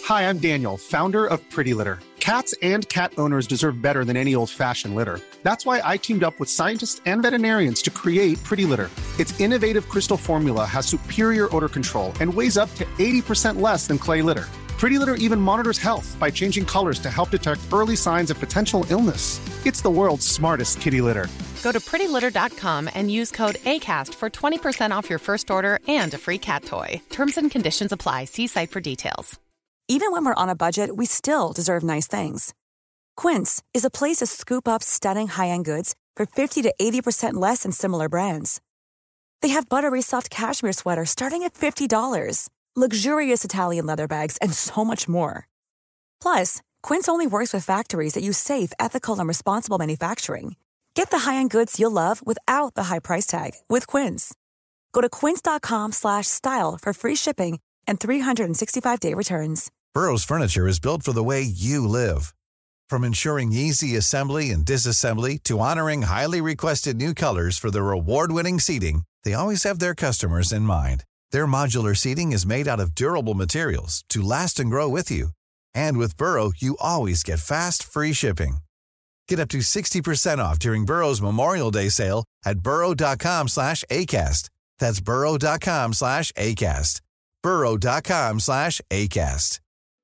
Hi, I'm Daniel, founder of Pretty Litter. Cats and cat owners deserve better than any old-fashioned litter. That's why I teamed up with scientists and veterinarians to create Pretty Litter. Its innovative crystal formula has superior odor control and weighs up to 80% less than clay litter. Pretty Litter even monitors health by changing colors to help detect early signs of potential illness. It's the world's smartest kitty litter. Go to prettylitter.com and use code ACAST for 20% off your first order and a free cat toy. Terms and conditions apply. See site for details. Even when we're on a budget, we still deserve nice things. Quince is a place to scoop up stunning high-end goods for 50 to 80% less than similar brands. They have buttery soft cashmere sweaters starting at $50, luxurious Italian leather bags, and so much more. Plus, Quince only works with factories that use safe, ethical, and responsible manufacturing. Get the high-end goods you'll love without the high price tag with Quince. Go to quince.com/style for free shipping and 365-day returns. Burrow's furniture is built for the way you live. From ensuring easy assembly and disassembly to honoring highly requested new colors for their award-winning seating, they always have their customers in mind. Their modular seating is made out of durable materials to last and grow with you. And with Burrow, you always get fast, free shipping. Get up to 60% off during Burrow's Memorial Day sale at burrow.com/ACAST. That's burrow.com/ACAST. burrow.com/ACAST.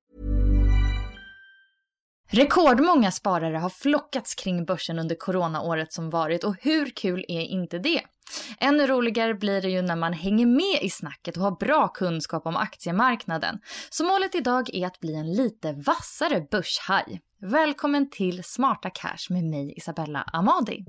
Rekordmånga sparare har flockats kring börsen under coronaåret som varit, och hur kul är inte det? Ännu roligare blir det ju när man hänger med i snacket och har bra kunskap om aktiemarknaden. Så målet idag är att bli en lite vassare börshaj. Välkommen till Smarta Cash med mig, Isabella Amadi.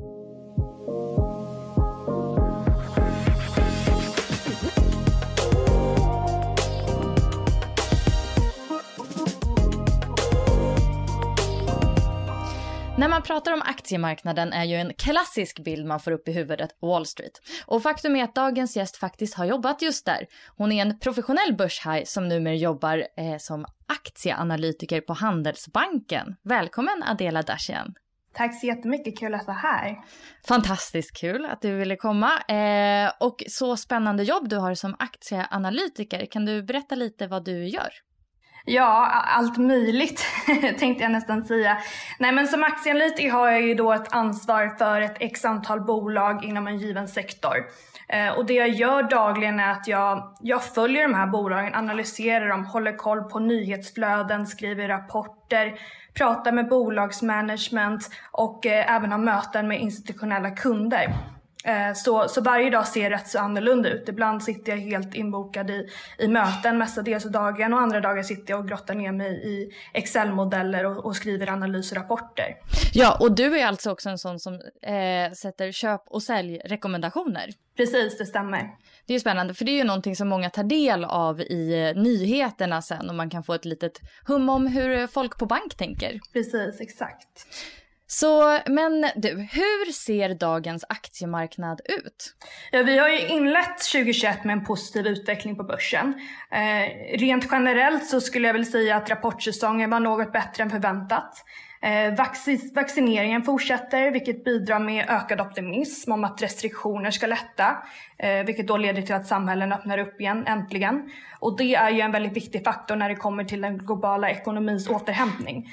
När man pratar om aktiemarknaden är ju en klassisk bild man får upp i huvudet Wall Street. Och faktum är att dagens gäst faktiskt har jobbat just där. Hon är en professionell börshaj som numera jobbar som aktieanalytiker på Handelsbanken. Välkommen Adela Dashian. Tack så jättemycket, kul att vara här. Fantastiskt kul att du ville komma. Och så spännande jobb du har som aktieanalytiker. Kan du berätta lite vad du gör? Ja, allt möjligt tänkte jag nästan säga. Nej, men som aktieanalytiker har jag ju då ett ansvar för ett x antal bolag inom en given sektor. Och det jag gör dagligen är att jag följer de här bolagen, analyserar dem, håller koll på nyhetsflöden, skriver rapporter, pratar med bolagsmanagement och även har möten med institutionella kunder. Så varje dag ser rätt så annorlunda ut. Ibland sitter jag helt inbokad i möten mestadels dagen, och andra dagar sitter jag och grottar ner mig i Excel-modeller och skriver analysrapporter. Ja, och du är alltså också en sån som sätter köp- och säljrekommendationer. Precis, det stämmer. Det är ju spännande, för det är ju någonting som många tar del av i nyheterna sen, och man kan få ett litet hum om hur folk på bank tänker. Precis, exakt. Så, men du, hur ser dagens aktiemarknad ut? Ja, vi har ju inlett 2021 med en positiv utveckling på börsen. Rent generellt så skulle jag väl säga att rapportsäsongen var något bättre än förväntat. Vaccineringen fortsätter, vilket bidrar med ökad optimism om att restriktioner ska lätta, vilket då leder till att samhällen öppnar upp igen äntligen. Och det är ju en väldigt viktig faktor när det kommer till den globala ekonomins återhämtning.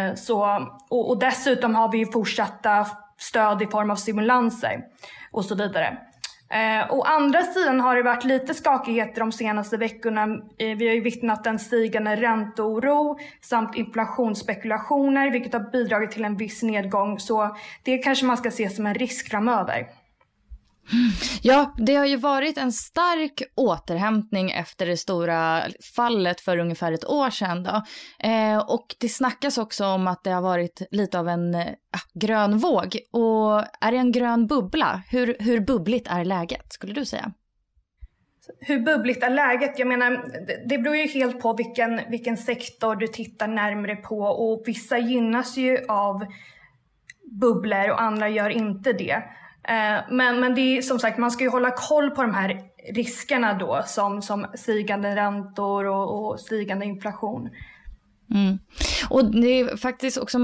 Och dessutom har vi ju fortsatta stöd i form av stimulanser och så vidare. Å andra sidan har det varit lite skakigheter de senaste veckorna. Vi har ju vittnat en stigande ränteoro samt inflationsspekulationer, vilket har bidragit till en viss nedgång. Så det kanske man ska se som en risk framöver. Ja, det har ju varit en stark återhämtning efter det stora fallet för ungefär ett år sedan då. Och det snackas också om att det har varit lite av en grön våg. Och är det en grön bubbla? Hur bubbligt är läget, skulle du säga? Hur bubbligt är läget? Jag menar, det beror ju helt på vilken sektor du tittar närmare på. Och vissa gynnas ju av bubblor och andra gör inte det. Men det är som sagt, man ska ju hålla koll på de här riskerna då, som stigande räntor och stigande inflation. Mm. Och det är faktiskt också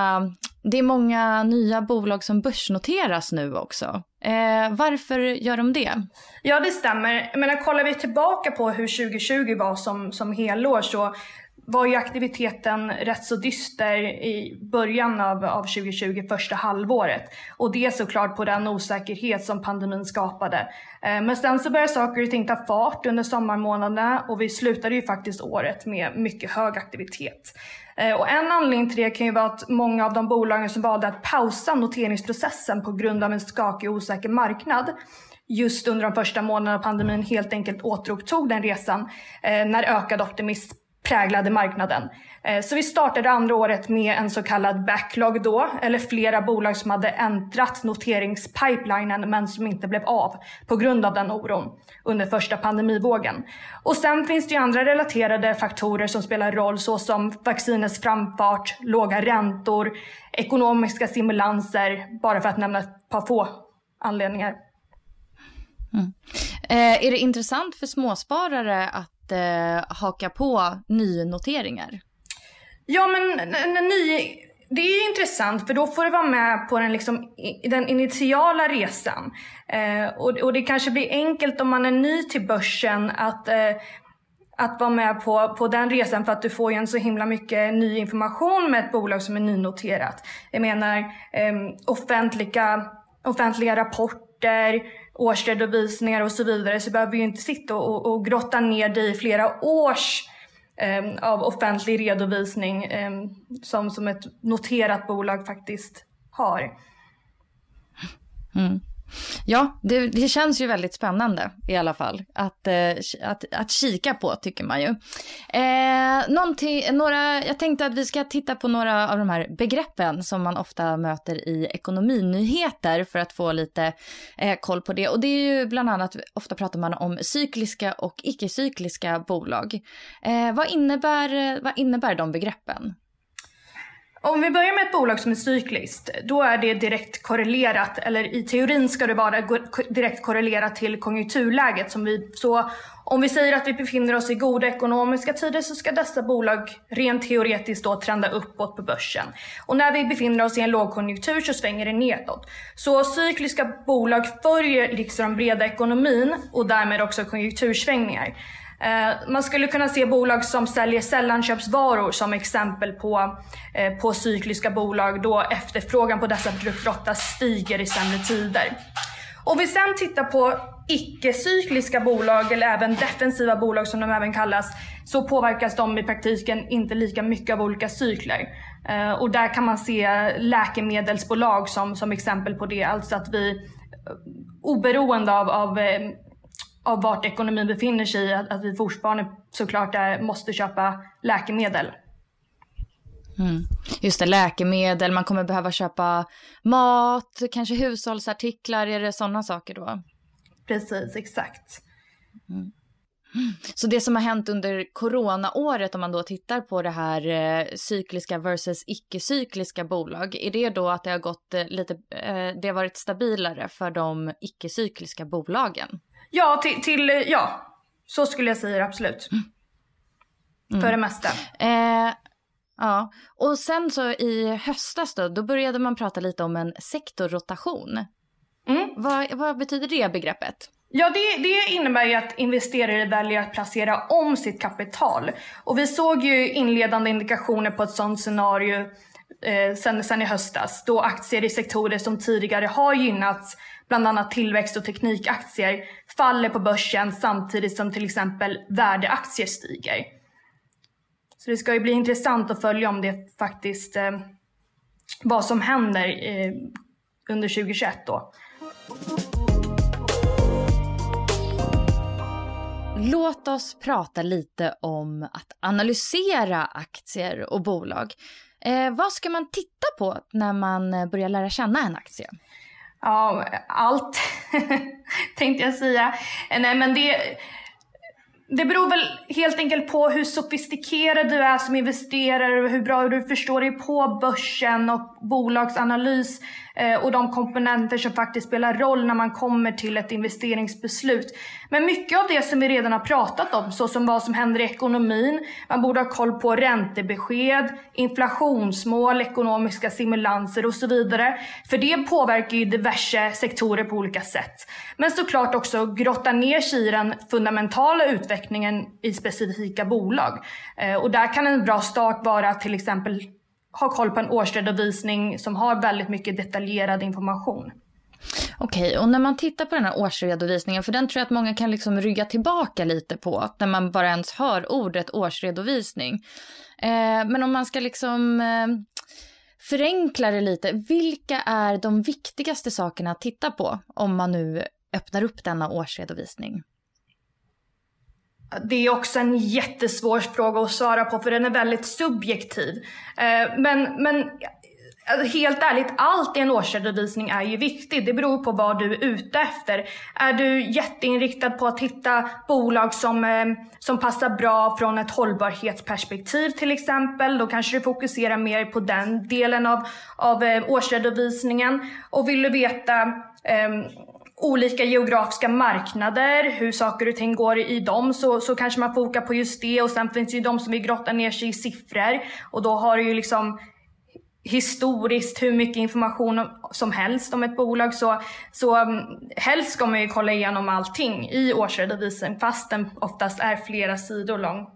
många nya bolag som börsnoteras nu också. Varför gör de det? Ja, det stämmer. Men kollar vi tillbaka på hur 2020 var som helår, så var ju aktiviteten rätt så dyster i början av 2020, första halvåret. Och det är såklart på den osäkerhet som pandemin skapade. Men sen så började saker och ting ta fart under sommarmånaderna och vi slutade ju faktiskt året med mycket hög aktivitet. Och en anledning till det kan ju vara att många av de bolagen som valde att pausa noteringsprocessen på grund av en skakig och osäker marknad just under de första månaderna av pandemin helt enkelt återupptog den resan när ökad optimism präglade marknaden. Så vi startade andra året med en så kallad backlog då, eller flera bolag som hade äntrat noteringspipelinen men som inte blev av på grund av den oron under första pandemivågen. Och sen finns det ju andra relaterade faktorer som spelar roll, såsom vaccinets framfart, låga räntor, ekonomiska stimulanser, bara för att nämna ett par få anledningar. Är det intressant för småsparare att haka på nynoteringar? Ja, men det är ju intressant för då får du vara med på den initiala resan. Och det kanske blir enkelt om man är ny till börsen att vara med på den resan, för att du får ju en så himla mycket ny information med ett bolag som är nynoterat. Jag menar offentliga rapporter, årsredovisningar och så vidare, så behöver vi ju inte sitta och grotta ner dig i flera års av offentlig redovisning som ett noterat bolag faktiskt har. Ja, det känns ju väldigt spännande i alla fall att kika på, tycker man ju. Jag tänkte att vi ska titta på några av de här begreppen som man ofta möter i ekonominyheter för att få lite koll på det. Och det är ju bland annat, ofta pratar man om cykliska och icke-cykliska bolag. Vad innebär de begreppen? Om vi börjar med ett bolag som är cykliskt, då är det direkt korrelerat, eller i teorin ska det vara direkt korrelerat till konjunkturläget. Så om vi säger att vi befinner oss i goda ekonomiska tider, så ska dessa bolag rent teoretiskt då trenda uppåt på börsen. Och när vi befinner oss i en lågkonjunktur så svänger det nedåt. Så cykliska bolag följer liksom den breda ekonomin och därmed också konjunktursvängningar. Man skulle kunna se bolag som säljer sällanköpsvaror som exempel på cykliska bolag, då efterfrågan på dessa produkter ofta stiger i sämre tider. Och vi sen tittar på icke-cykliska bolag, eller även defensiva bolag som de även kallas, så påverkas de i praktiken inte lika mycket av olika cykler. Och där kan man se läkemedelsbolag som exempel på det, alltså att vi oberoende av vart ekonomin befinner sig, att vi fortfarande såklart måste köpa läkemedel. Just det, läkemedel, man kommer behöva köpa mat, kanske hushållsartiklar, är det sådana saker då? Precis, exakt. Så det som har hänt under coronaåret, om man då tittar på det här cykliska versus icke-cykliska bolag, är det då att det har gått det har varit stabilare för de icke-cykliska bolagen? Ja, så skulle jag säga, absolut. För det mesta. Ja, och sen så i höstas då började man prata lite om en sektorrotation. Vad betyder det begreppet? Ja, det innebär ju att investerare väljer att placera om sitt kapital. Och vi såg ju inledande indikationer på ett sådant scenario sen i höstas, då aktier i sektorer som tidigare har gynnats, bland annat tillväxt- och teknikaktier, faller på börsen samtidigt som till exempel värdeaktier stiger. Så det ska ju bli intressant att följa om det faktiskt vad som händer under 2021 då. Låt oss prata lite om att analysera aktier och bolag. Vad ska man titta på när man börjar lära känna en aktie? Ja, allt tänkte jag säga. Nej, men det beror väl helt enkelt på hur sofistikerad du är som investerare och hur bra du förstår dig på börsen och bolagsanalys och de komponenter som faktiskt spelar roll när man kommer till ett investeringsbeslut. Men mycket av det som vi redan har pratat om, så som vad som händer i ekonomin, man borde ha koll på räntebesked, inflationsmål, ekonomiska stimulanser och så vidare. För det påverkar ju diverse sektorer på olika sätt. Men såklart också grotta ner sig i den fundamentala utvecklingen i specifika bolag. Och där kan en bra start vara att till exempel ha koll på en årsredovisning som har väldigt mycket detaljerad information. Okej, och när man tittar på den här årsredovisningen, för den tror jag att många kan liksom rygga tillbaka lite på när man bara ens hör ordet årsredovisning. Men om man ska liksom förenkla det lite, vilka är de viktigaste sakerna att titta på om man nu öppnar upp denna årsredovisning? Det är också en jättesvår fråga att svara på, för den är väldigt subjektiv. Men helt ärligt, allt i en årsredovisning är ju viktigt. Det beror på vad du är ute efter. Är du jätteinriktad på att hitta bolag som passar bra från ett hållbarhetsperspektiv till exempel, då kanske du fokuserar mer på den delen av årsredovisningen. Och vill du veta olika geografiska marknader, hur saker och ting går i dem, så kanske man fokar på just det. Och sen finns det ju de som vill grotta ner sig i siffror, och då har du ju liksom historiskt hur mycket information som helst om ett bolag, så helst ska man ju kolla igenom allting i årsredovisningen, fast den oftast är flera sidor lång.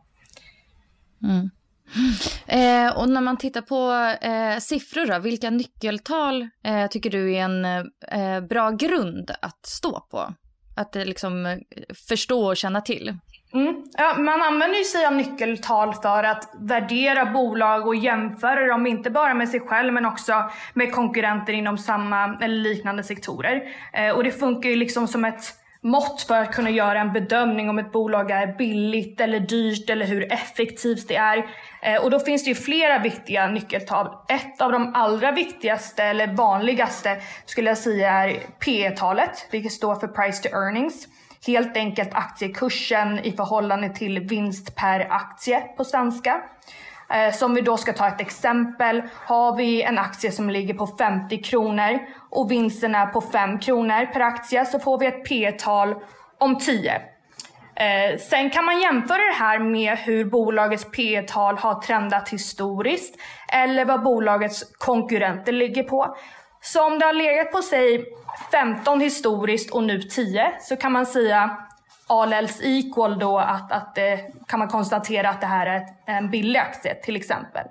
Och när man tittar på siffror då, vilka nyckeltal tycker du är en bra grund att stå på? Att liksom förstå och känna till? Ja, man använder ju sig av nyckeltal för att värdera bolag och jämföra dem inte bara med sig själv men också med konkurrenter inom samma eller liknande sektorer. Och det funkar ju liksom som ett mått för att kunna göra en bedömning om ett bolag är billigt eller dyrt eller hur effektivt det är. Och då finns det ju flera viktiga nyckeltal. Ett av de allra viktigaste eller vanligaste skulle jag säga är P/E-talet, vilket står för price to earnings. Helt enkelt aktiekursen i förhållande till vinst per aktie på svenska. Som vi då ska ta ett exempel, har vi en aktie som ligger på 50 kronor och vinsten är på 5 kronor per aktie, så får vi ett P/E-tal om 10. Sen kan man jämföra det här med hur bolagets P/E-tal har trendat historiskt eller vad bolagets konkurrenter ligger på. Så om det har legat på sig 15 historiskt och nu 10, så kan man säga all else equal då att kan man konstatera att det här är en billig aktie till exempel.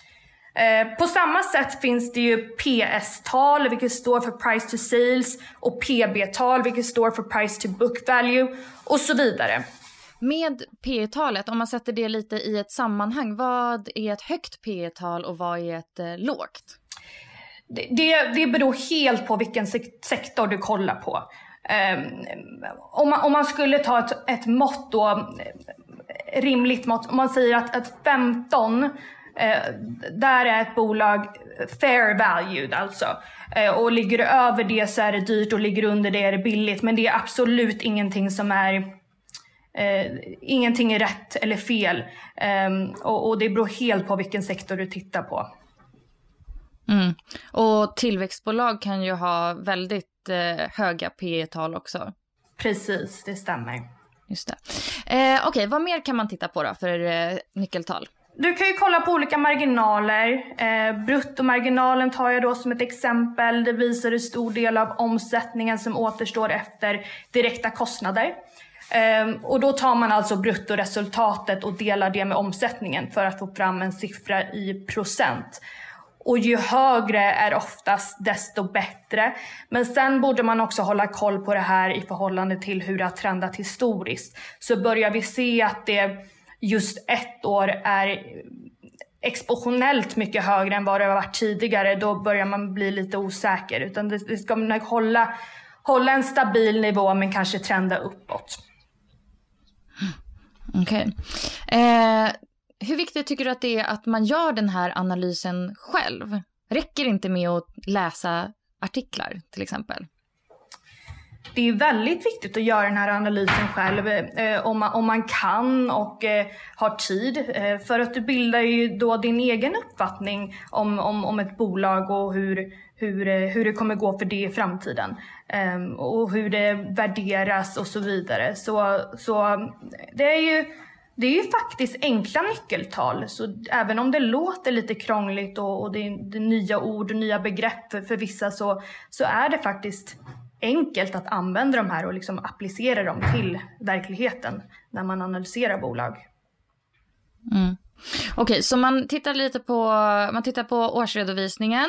På samma sätt finns det ju PS-tal, vilket står för price to sales, och PB-tal, vilket står för price to book value och så vidare. Med P/E-talet, om man sätter det lite i ett sammanhang, vad är ett högt P/E-tal och vad är ett lågt? Det beror helt på vilken sektor du kollar på. Om man skulle ta ett mått då, rimligt mått, om man säger att 15, där är ett bolag fair valued alltså. Och ligger det över det så är det dyrt och ligger under det är det billigt. Men det är absolut ingenting som är ingenting är rätt eller fel. Och det beror helt på vilken sektor du tittar på. Och tillväxtbolag kan ju ha väldigt höga P/E-tal också. Precis, det stämmer. Just det. Okej, vad mer kan man titta på då för nyckeltal? Du kan ju kolla på olika marginaler. Bruttomarginalen tar jag då som ett exempel. Det visar hur stor del av omsättningen som återstår efter direkta kostnader. Och då tar man alltså bruttoresultatet och delar det med omsättningen för att få fram en siffra i procent. Och ju högre är oftast desto bättre. Men sen borde man också hålla koll på det här i förhållande till hur det har trendat historiskt. Så börjar vi se att det just ett år är exponentiellt mycket högre än vad det har varit tidigare, då börjar man bli lite osäker. Utan det ska man hålla en stabil nivå men kanske trenda uppåt. Okej. Hur viktigt tycker du att det är att man gör den här analysen själv? Räcker det inte med att läsa artiklar till exempel? det är väldigt viktigt att göra den här analysen själv om man kan och har tid. För att du bildar ju då din egen uppfattning om ett bolag och hur det kommer gå för det i framtiden. Och hur det värderas och så vidare. Så det är ju faktiskt enkla nyckeltal. Så även om det låter lite krångligt och det är nya ord och nya begrepp för vissa så är det faktiskt enkelt att använda de här och liksom applicera dem till verkligheten när man analyserar bolag. Mm. Okej, så man tittar på årsredovisningen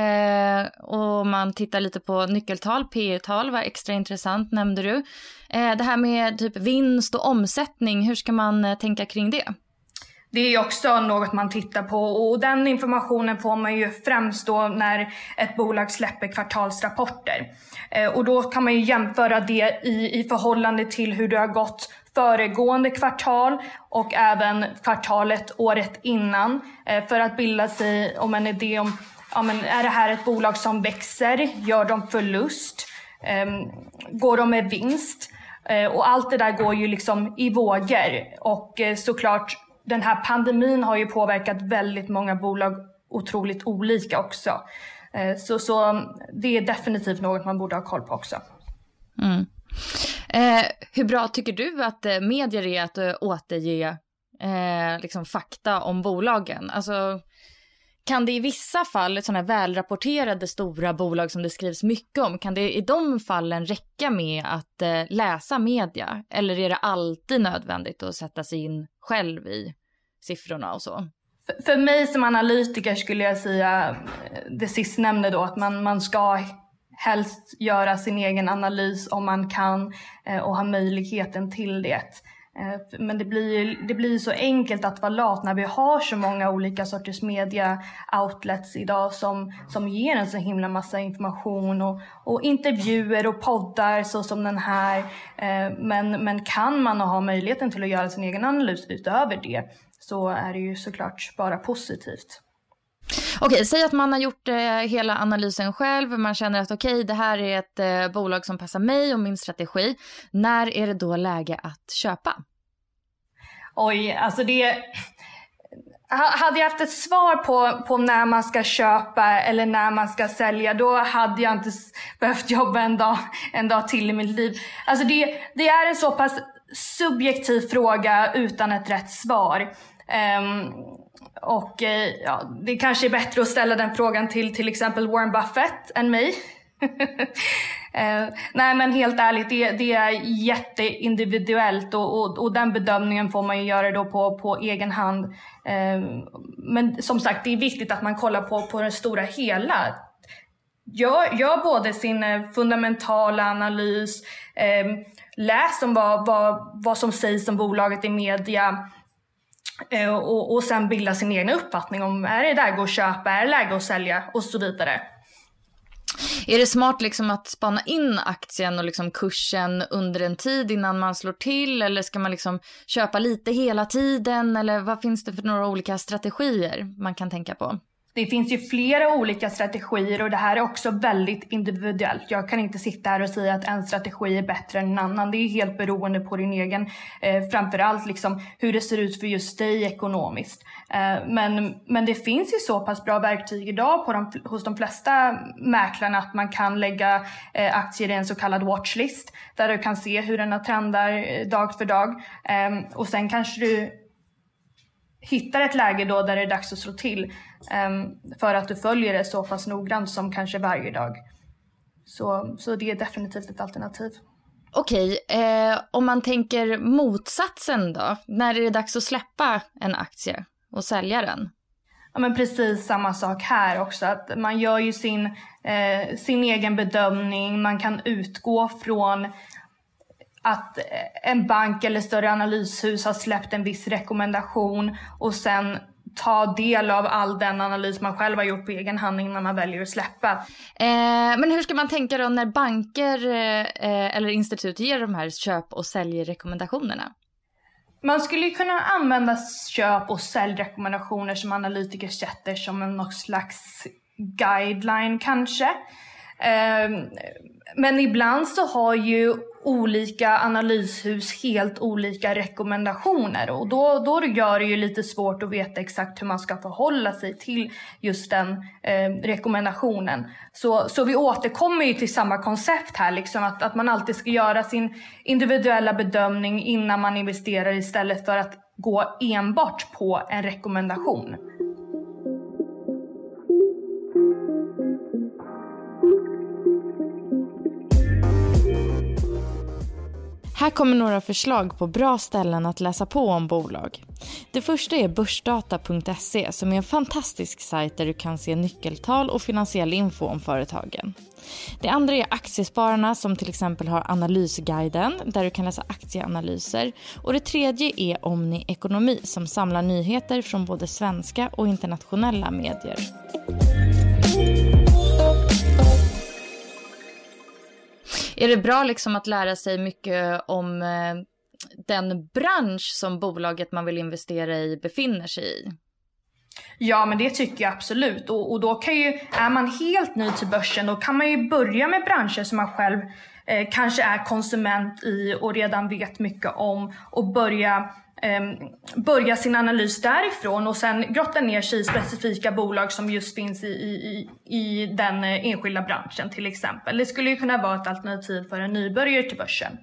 och man tittar lite på nyckeltal, P/E-tal var extra intressant nämnde du. Det här med typ vinst och omsättning, hur ska man tänka kring det? Det är också något man tittar på och den informationen får man ju främst då när ett bolag släpper kvartalsrapporter. Och då kan man ju jämföra det i förhållande till hur det har gått föregående kvartal och även kvartalet året innan för att bilda sig om en idé om är det här ett bolag som växer, gör de förlust, går de med vinst och allt det där går ju liksom i vågor och såklart den här pandemin har ju påverkat väldigt många bolag otroligt olika också. Så det är definitivt något man borde ha koll på också. Mm. Hur bra tycker du att medier är att återge liksom fakta om bolagen? Alltså, kan det i vissa fall, sådana välrapporterade stora bolag som det skrivs mycket om, kan det i de fallen räcka med att läsa media? Eller är det alltid nödvändigt att sätta sig in själv i siffrorna och så? För mig som analytiker skulle jag säga det sistnämnde då, att man ska helst göra sin egen analys om man kan och ha möjligheten till det. Men det blir så enkelt att vara lat när vi har så många olika sorters media outlets idag som ger en så himla massa information och intervjuer och poddar så som den här. Men kan man ha möjligheten till att göra sin egen analys utöver det så är det ju såklart bara positivt. Okej, säg att man har gjort hela analysen själv. Man känner att det här är ett bolag som passar mig och min strategi. När är det då läge att köpa? Oj, alltså hade jag haft ett svar på när man ska köpa eller när man ska sälja, då hade jag inte behövt jobba en dag till i mitt liv. Alltså det är en så pass subjektiv fråga utan ett rätt svar. Det kanske är bättre att ställa den frågan till exempel Warren Buffett än mig. Nej, men helt ärligt, det är jätteindividuellt och den bedömningen får man ju göra då på egen hand. Men som sagt, det är viktigt att man kollar på det stora hela. Gör både sin fundamentala analys, läs om vad som sägs om bolaget i media och sen bilda sin egen uppfattning om är det där går att köpa, är det läge att sälja och så vidare. Är det smart liksom att spana in aktien och liksom kursen under en tid innan man slår till, eller ska man liksom köpa lite hela tiden, eller vad finns det för några olika strategier man kan tänka på? Det finns ju flera olika strategier och det här är också väldigt individuellt. Jag kan inte sitta här och säga att en strategi är bättre än en annan. Det är helt beroende på din egen, framförallt liksom hur det ser ut för just dig ekonomiskt. Men det finns ju så pass bra verktyg idag hos de flesta mäklarna att man kan lägga aktier i en så kallad watchlist där du kan se hur den trendar dag för dag. Och sen kanske du hittar ett läge då där det är dags att slå till för att du följer det så pass noggrant som kanske varje dag. Så det är definitivt ett alternativ. Okej, om man tänker motsatsen då, när är det dags att släppa en aktie och sälja den? Ja, men precis samma sak här också, att man gör ju sin egen bedömning, man kan utgå från att en bank eller större analyshus har släppt en viss rekommendation och sen ta del av all den analys man själv har gjort på egen hand innan man väljer att släppa. Men hur ska man tänka då när banker eller institut ger de här köp- och säljrekommendationerna? Man skulle ju kunna använda köp- och säljrekommendationer som analytiker sätter som någon slags guideline kanske. Men ibland så har ju olika analyshus helt olika rekommendationer, och då gör det ju lite svårt att veta exakt hur man ska förhålla sig till just den rekommendationen. Så vi återkommer ju till samma koncept här, liksom att man alltid ska göra sin individuella bedömning innan man investerar, istället för att gå enbart på en rekommendation. Här kommer några förslag på bra ställen att läsa på om bolag. Det första är börsdata.se, som är en fantastisk sajt där du kan se nyckeltal och finansiell info om företagen. Det andra är Aktiespararna, som till exempel har Analysguiden där du kan läsa aktieanalyser. Och det tredje är Omni Ekonomi, som samlar nyheter från både svenska och internationella medier. Är det bra liksom att lära sig mycket om den bransch som bolaget man vill investera i befinner sig i? Ja, men det tycker jag absolut. Och då kan ju, är man helt ny till börsen, då kan man ju börja med branscher som man själv kanske är konsument i och redan vet mycket om, och börja sin analys därifrån, och sen grotta ner sig i specifika bolag som just finns i den enskilda branschen till exempel. Det skulle ju kunna vara ett alternativ för en nybörjare till börsen.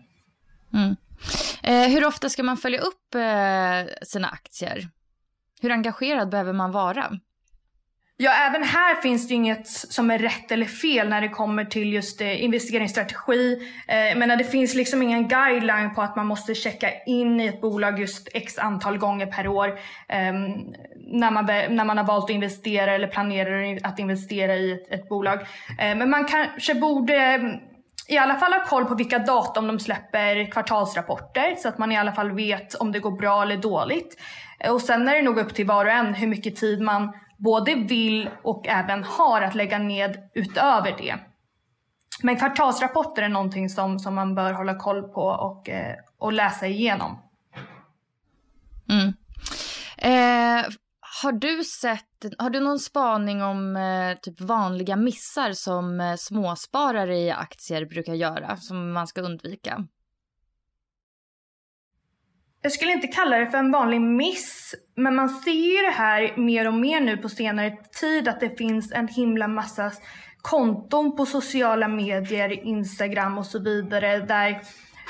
Hur ofta ska man följa upp sina aktier? Hur engagerad behöver man vara? Ja, även här finns det inget som är rätt eller fel när det kommer till just investeringsstrategi. Men det finns liksom ingen guideline på att man måste checka in i ett bolag just x antal gånger per år när man har valt att investera eller planerar att investera i ett bolag. Men man kanske borde i alla fall ha koll på vilka datum de släpper kvartalsrapporter, så att man i alla fall vet om det går bra eller dåligt. Och sen är det nog upp till var och en hur mycket tid man både vill och även har att lägga ned utöver det. Men kvartalsrapporter är någonting som man bör hålla koll på och läsa igenom. Har du någon spaning om typ vanliga missar som småsparare i aktier brukar göra, som man ska undvika? Jag skulle inte kalla det för en vanlig miss, men man ser det här mer och mer nu på senare tid, att det finns en himla massa konton på sociala medier, Instagram och så vidare, där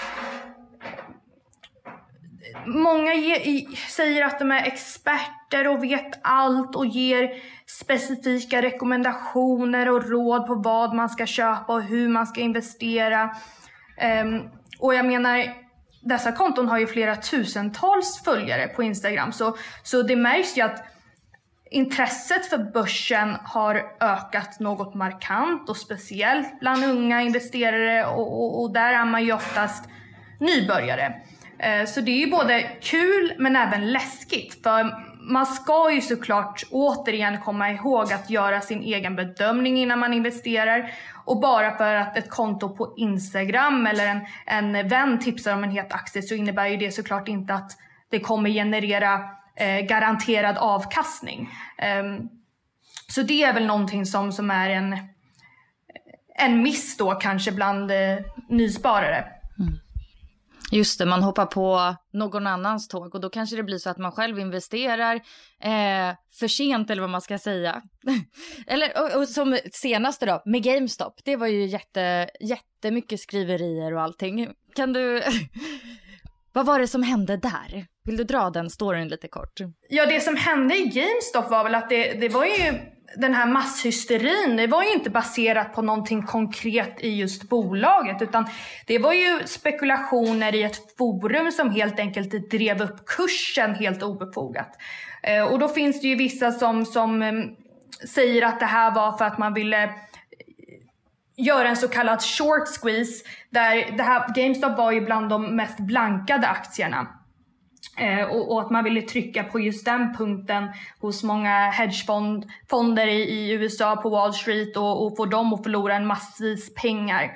många säger att de är experter och vet allt och ger specifika rekommendationer och råd på vad man ska köpa och hur man ska investera. Och jag menar, dessa konton har ju flera tusentals följare på Instagram. Så det märks ju att intresset för börsen har ökat något markant, och speciellt bland unga investerare, och där är man ju oftast nybörjare. Så det är ju både kul men även läskigt, för man ska ju såklart återigen komma ihåg att göra sin egen bedömning innan man investerar. Och bara för att ett konto på Instagram eller en vän tipsar om en het aktie, så innebär ju det såklart inte att det kommer generera garanterad avkastning. Så det är väl någonting som är en miss då kanske bland nysparare. Just det, man hoppar på någon annans tåg, och då kanske det blir så att man själv investerar för sent, eller vad man ska säga. Eller och som senaste då, med GameStop. Det var ju jättemycket skriverier och allting. Kan du... Vad var det som hände där? Vill du dra den storyn lite kort? Ja, det som hände i GameStop var väl att det var ju... Den här masshysterin, det var ju inte baserat på någonting konkret i just bolaget, utan det var ju spekulationer i ett forum som helt enkelt drev upp kursen helt obefogat. Och då finns det ju vissa som säger att det här var för att man ville göra en så kallad short squeeze, där det här GameStop var ju bland de mest blankade aktierna. Och att man ville trycka på just den punkten hos många hedgefonder i USA på Wall Street, och få dem att förlora en massvis pengar.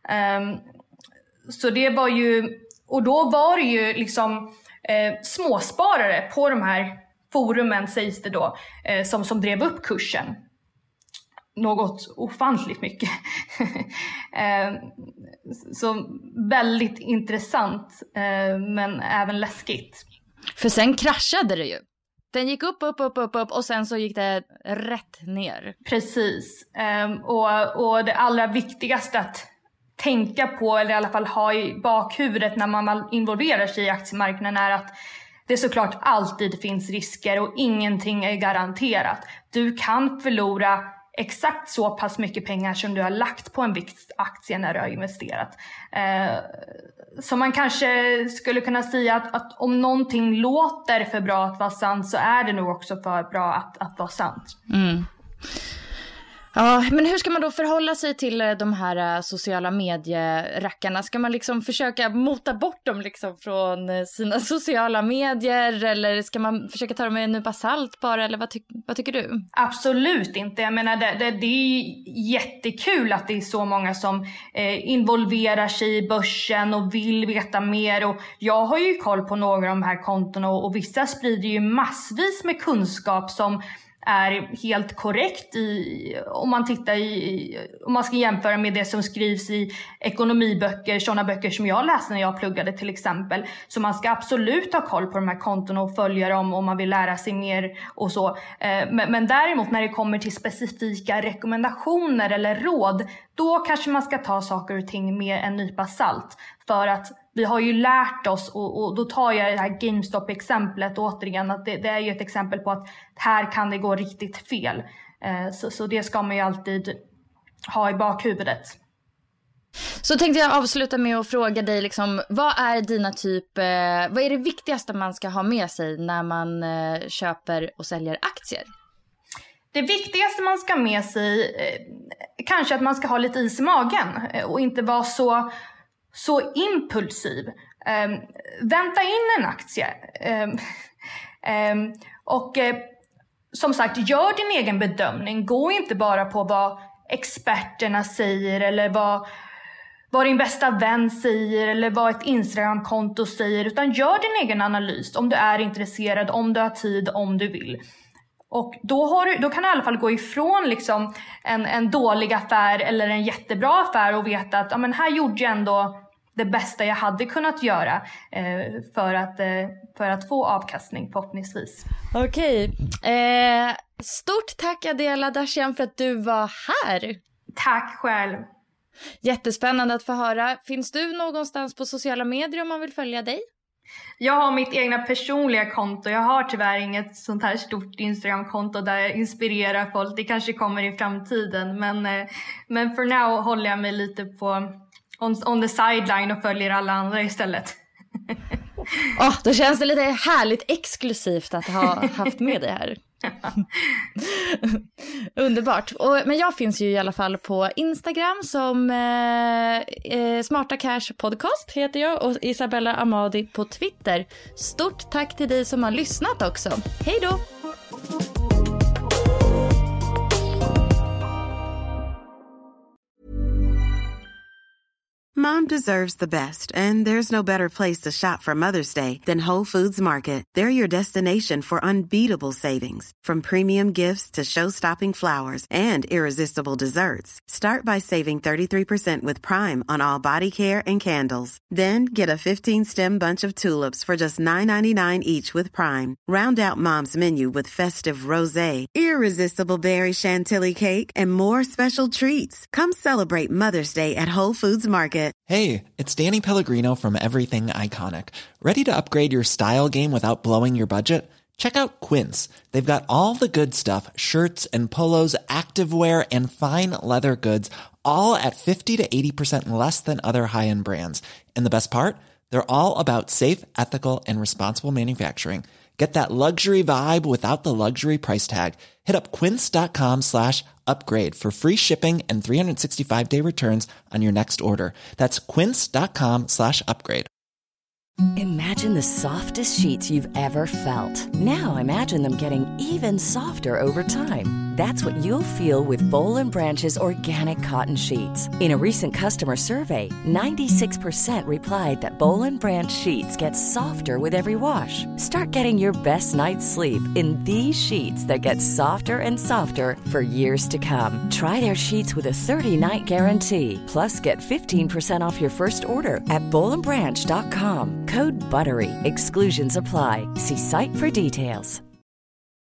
Så det var ju, och då var det ju liksom småsparare på de här forumen, sägs det då, som drev upp kursen. något ofantligt mycket. Så väldigt intressant, men även läskigt. För sen kraschade det ju. Den gick upp och sen så gick det rätt ner. Precis. Och det allra viktigaste att tänka på, eller i alla fall ha i bakhuvudet när man involverar sig i aktiemarknaden, är att det såklart alltid finns risker och ingenting är garanterat. Du kan förlora exakt så pass mycket pengar som du har lagt på en viss aktie när du har investerat. Så man kanske skulle kunna säga att om någonting låter för bra att vara sant, så är det nog också för bra att vara sant. Mm. Ja, men hur ska man då förhålla sig till de här sociala medierackarna? Ska man liksom försöka mota bort dem liksom från sina sociala medier, eller ska man försöka ta dem med en nypa salt bara, eller vad tycker du? Absolut inte. Jag menar, det är jättekul att det är så många som involverar sig i börsen och vill veta mer, och jag har ju koll på några av de här kontona, och vissa sprider ju massvis med kunskap som är helt korrekt om man ska jämföra med det som skrivs i ekonomiböcker, sådana böcker som jag läste när jag pluggade till exempel. Så man ska absolut ha koll på de här kontona och följa dem om man vill lära sig mer och så. Men däremot när det kommer till specifika rekommendationer eller råd, då kanske man ska ta saker och ting med en nypa salt. För att vi har ju lärt oss, och då tar jag det här GameStop-exemplet återigen, att det är ju ett exempel på att här kan det gå riktigt fel. Så det ska man ju alltid ha i bakhuvudet. Så tänkte jag avsluta med att fråga dig, liksom, vad är det viktigaste man ska ha med sig när man köper och säljer aktier? Det viktigaste man ska ha med sig kanske att man ska ha lite is i magen och inte vara så impulsiv. Vänta in en aktie. Som sagt, gör din egen bedömning. Gå inte bara på vad experterna säger, eller vad din bästa vän säger, eller vad ett Instagram-konto säger, utan gör din egen analys om du är intresserad, om du har tid, om du vill. Och då kan du i alla fall gå ifrån liksom en dålig affär eller en jättebra affär och veta att men här gjorde jag ändå det bästa jag hade kunnat göra för att få avkastning förhoppningsvis. Okej. Stort tack Adela Dashian för att du var här. Tack själv. Jättespännande att få höra. Finns du någonstans på sociala medier om man vill följa dig? Jag har mitt egna personliga konto. Jag har tyvärr inget sånt här stort Instagram-konto där jag inspirerar folk. Det kanske kommer i framtiden. Men for now håller jag mig lite på on the sideline och följer alla andra istället. Då känns det lite härligt exklusivt att ha haft med dig här. Underbart. Men jag finns ju i alla fall på Instagram som Smarta Cash Podcast heter jag, och Isabella Amadi på Twitter. Stort tack till dig som har lyssnat också. Hej då! Mom deserves the best, and there's no better place to shop for Mother's Day than Whole Foods Market. They're your destination for unbeatable savings, from premium gifts to show-stopping flowers and irresistible desserts. Start by saving 33% with Prime on all body care and candles. Then get a 15-stem bunch of tulips for just $9.99 each with Prime. Round out Mom's menu with festive rosé, irresistible berry chantilly cake, and more special treats. Come celebrate Mother's Day at Whole Foods Market. Hey, it's Danny Pellegrino from Everything Iconic. Ready to upgrade your style game without blowing your budget? Check out Quince. They've got all the good stuff, shirts and polos, activewear, and fine leather goods, all at 50 to 80% less than other high-end brands. And the best part? They're all about safe, ethical, and responsible manufacturing. Get that luxury vibe without the luxury price tag. Hit up quince.com/upgrade for free shipping and 365-day returns on your next order. That's quince.com/upgrade. Imagine the softest sheets you've ever felt. Now imagine them getting even softer over time. That's what you'll feel with Boll & Branch's organic cotton sheets. In a recent customer survey, 96% replied that Boll & Branch sheets get softer with every wash. Start getting your best night's sleep in these sheets that get softer and softer for years to come. Try their sheets with a 30-night guarantee. Plus, get 15% off your first order at BollandBranch.com. Code BUTTERY. Exclusions apply. See site for details.